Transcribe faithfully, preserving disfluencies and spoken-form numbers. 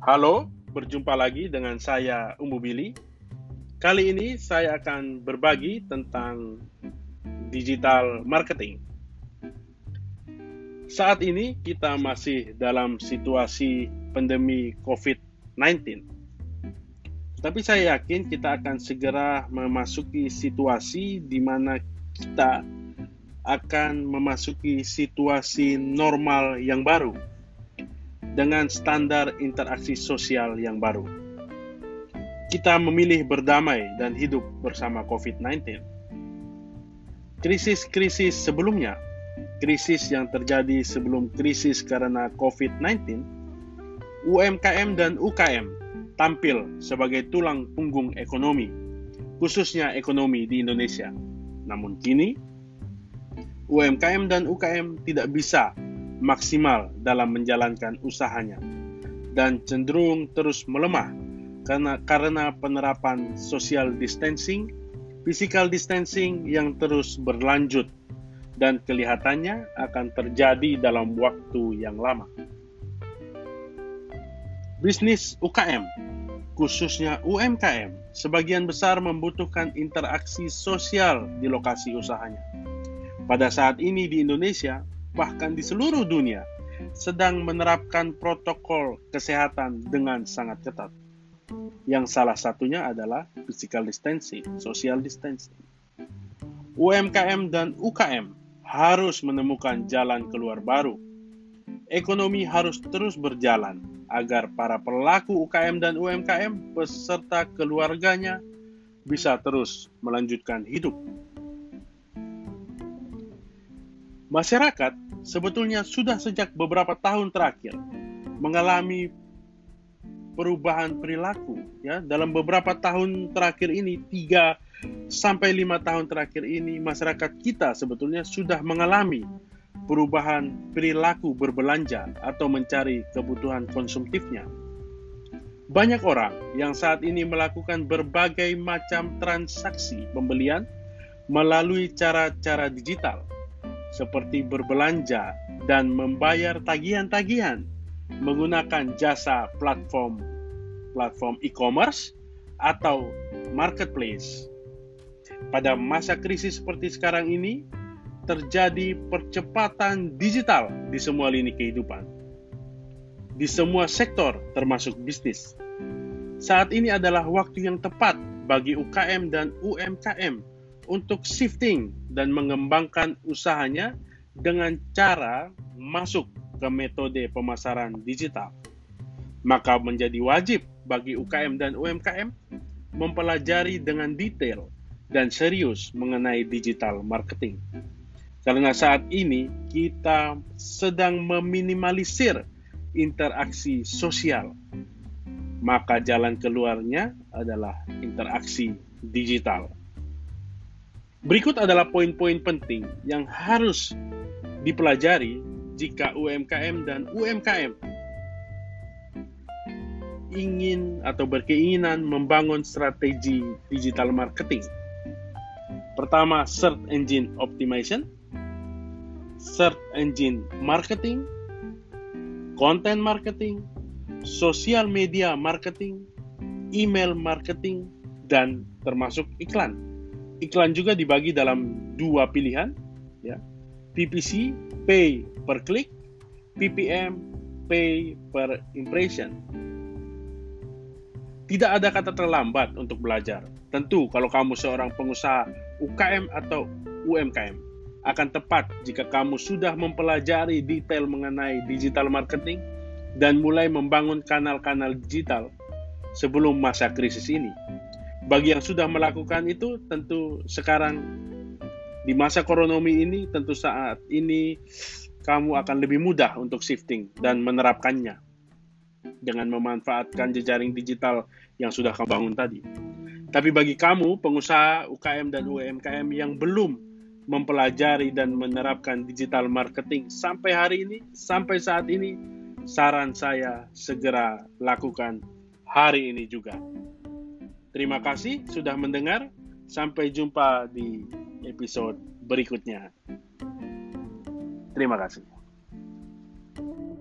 Halo, berjumpa lagi dengan saya Umbu Billy. Kali ini saya akan berbagi tentang digital marketing. Saat ini kita masih dalam situasi pandemi covid sembilan belas. Tapi saya yakin kita akan segera memasuki situasi di mana kita akan memasuki situasi normal yang baru dengan standar interaksi sosial yang baru. Kita memilih berdamai dan hidup bersama covid sembilan belas. Krisis-krisis sebelumnya, krisis yang terjadi sebelum krisis karena covid sembilan belas, U M K M dan U K M tampil sebagai tulang punggung ekonomi, khususnya ekonomi di Indonesia. Namun kini, U M K M dan U K M tidak bisa maksimal dalam menjalankan usahanya dan cenderung terus melemah karena karena penerapan social distancing, physical distancing yang terus berlanjut dan kelihatannya akan terjadi dalam waktu yang lama. Bisnis U K M, khususnya U M K M, sebagian besar membutuhkan interaksi sosial di lokasi usahanya. Pada saat ini di Indonesia, bahkan di seluruh dunia, sedang menerapkan protokol kesehatan dengan sangat ketat. Yang salah satunya adalah physical distancing, social distancing. U M K M dan U K M harus menemukan jalan keluar baru. Ekonomi harus terus berjalan agar para pelaku U K M dan U M K M beserta keluarganya bisa terus melanjutkan hidup. Masyarakat sebetulnya sudah sejak beberapa tahun terakhir mengalami perubahan perilaku. Ya, dalam beberapa tahun terakhir ini, tiga sampai lima tahun terakhir ini, masyarakat kita sebetulnya sudah mengalami perubahan perilaku berbelanja atau mencari kebutuhan konsumtifnya. Banyak orang yang saat ini melakukan berbagai macam transaksi pembelian melalui cara-cara digital, seperti berbelanja dan membayar tagihan-tagihan menggunakan jasa platform platform e-commerce atau marketplace. Pada masa krisis seperti sekarang ini, terjadi percepatan digital di semua lini kehidupan, di semua sektor termasuk bisnis. Saat ini adalah waktu yang tepat bagi U K M dan U M K M untuk shifting dan mengembangkan usahanya dengan cara masuk ke metode pemasaran digital. Maka menjadi wajib bagi U K M dan U M K M mempelajari dengan detail dan serius mengenai digital marketing. Karena saat ini kita sedang meminimalisir interaksi sosial, maka jalan keluarnya adalah interaksi digital. Berikut adalah poin-poin penting yang harus dipelajari jika U M K M dan U M K M ingin atau berkeinginan membangun strategi digital marketing. Pertama, search engine optimization, search engine marketing, content marketing, social media marketing, email marketing, dan termasuk iklan. Iklan juga dibagi dalam dua pilihan, ya. P P C, pay per click, P P M, pay per impression. Tidak ada kata terlambat untuk belajar. Tentu kalau kamu seorang pengusaha U K M atau U M K M, akan tepat jika kamu sudah mempelajari detail mengenai digital marketing dan mulai membangun kanal-kanal digital sebelum masa krisis ini. Bagi yang sudah melakukan itu, tentu sekarang di masa koronomi ini, tentu saat ini kamu akan lebih mudah untuk shifting dan menerapkannya dengan memanfaatkan jejaring digital yang sudah kamu bangun tadi. Tapi bagi kamu, pengusaha U K M dan U M K M yang belum mempelajari dan menerapkan digital marketing sampai hari ini, sampai saat ini, saran saya segera lakukan hari ini juga. Terima kasih sudah mendengar. Sampai jumpa di episode berikutnya. Terima kasih.